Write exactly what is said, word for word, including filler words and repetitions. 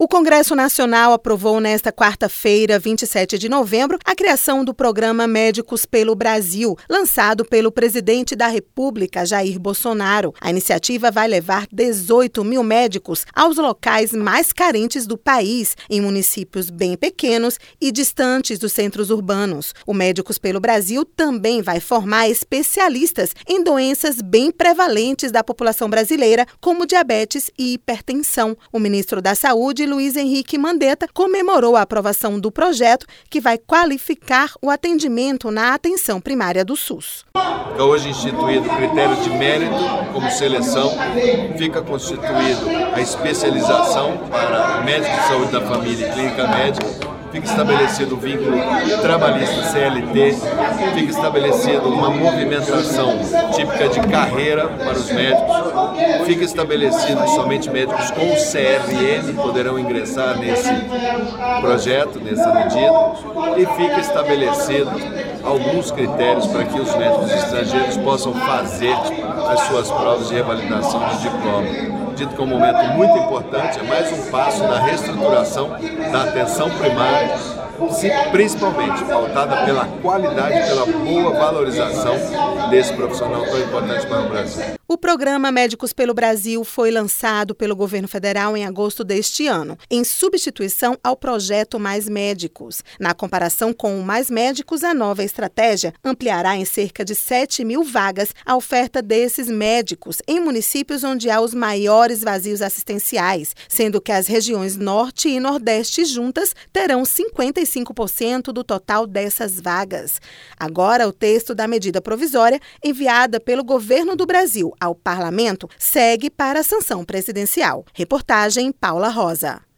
Congresso Nacional aprovou nesta quarta-feira, vinte e sete de novembro, a criação do Programa Médicos pelo Brasil, lançado pelo presidente da República, Jair Bolsonaro. A iniciativa vai levar dezoito mil médicos aos locais mais carentes do país, em municípios bem pequenos e distantes dos centros urbanos. O Médicos pelo Brasil também vai formar especialistas em doenças bem prevalentes da população brasileira, como diabetes e hipertensão. O ministro da Saúde, Luiz Henrique Mandetta, comemorou a aprovação do projeto que vai qualificar o atendimento na atenção primária do SUS. Hoje instituído o critério de mérito como seleção, fica constituído a especialização para médico de saúde da família e clínica médica, fica estabelecido o vínculo trabalhista C L T, fica estabelecido uma movimentação típica de carreira para os médicos, fica estabelecido que somente médicos com C R M poderão ingressar nesse projeto, nessa medida, e fica estabelecido alguns critérios para que os médicos estrangeiros possam fazer as suas provas de revalidação de diploma. Dito que é um momento muito importante, é mais um passo na reestruturação da atenção primária, principalmente pautada pela qualidade, pela boa valorização desse profissional tão importante para o Brasil. O programa Médicos pelo Brasil foi lançado pelo governo federal em agosto deste ano, em substituição ao projeto Mais Médicos. Na comparação com o Mais Médicos, a nova estratégia ampliará em cerca de sete mil vagas a oferta desses médicos em municípios onde há os maiores vazios assistenciais, sendo que as regiões Norte e Nordeste juntas terão cinquenta e cinco por cento do total dessas vagas. Agora, o texto da medida provisória, enviada pelo governo do Brasil ao Parlamento, segue para a sanção presidencial. Reportagem Paula Rosa.